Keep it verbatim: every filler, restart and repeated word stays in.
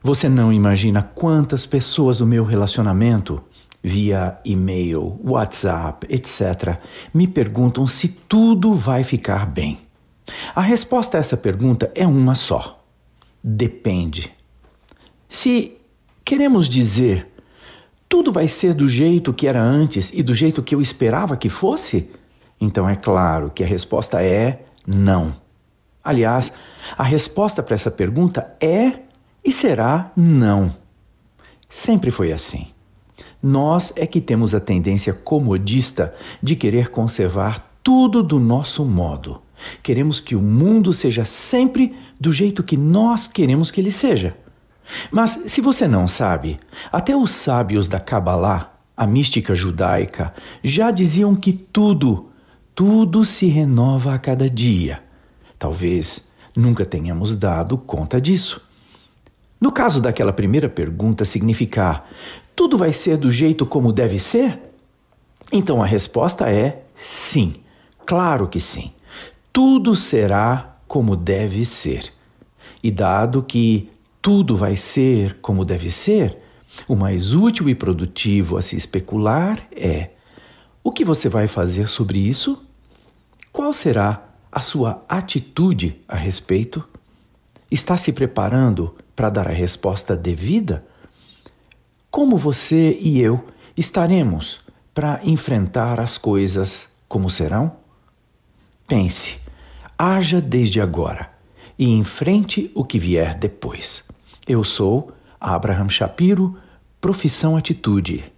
Você não imagina quantas pessoas do meu relacionamento, via e-mail, WhatsApp, etcétera, me perguntam se tudo vai ficar bem. A resposta a essa pergunta é uma só: depende. Se queremos dizer tudo vai ser do jeito que era antes e do jeito que eu esperava que fosse, então é claro que a resposta é não. Aliás, a resposta para essa pergunta é e será não. Sempre foi assim. Nós é que temos a tendência comodista de querer conservar tudo do nosso modo. Queremos que o mundo seja sempre do jeito que nós queremos que ele seja. Mas, se você não sabe, até os sábios da Kabbalah, a mística judaica, já diziam que tudo, tudo se renova a cada dia. Talvez nunca tenhamos dado conta disso. No caso daquela primeira pergunta significar tudo vai ser do jeito como deve ser? Então a resposta é sim, claro que sim. Tudo será como deve ser. E dado que tudo vai ser como deve ser, o mais útil e produtivo a se especular é: o que você vai fazer sobre isso? Qual será a sua atitude a respeito? Está se preparando para dar a resposta devida? Como você e eu estaremos para enfrentar as coisas como serão? Pense, haja desde agora e enfrente o que vier depois. Eu sou Abraham Shapiro, profissão atitude.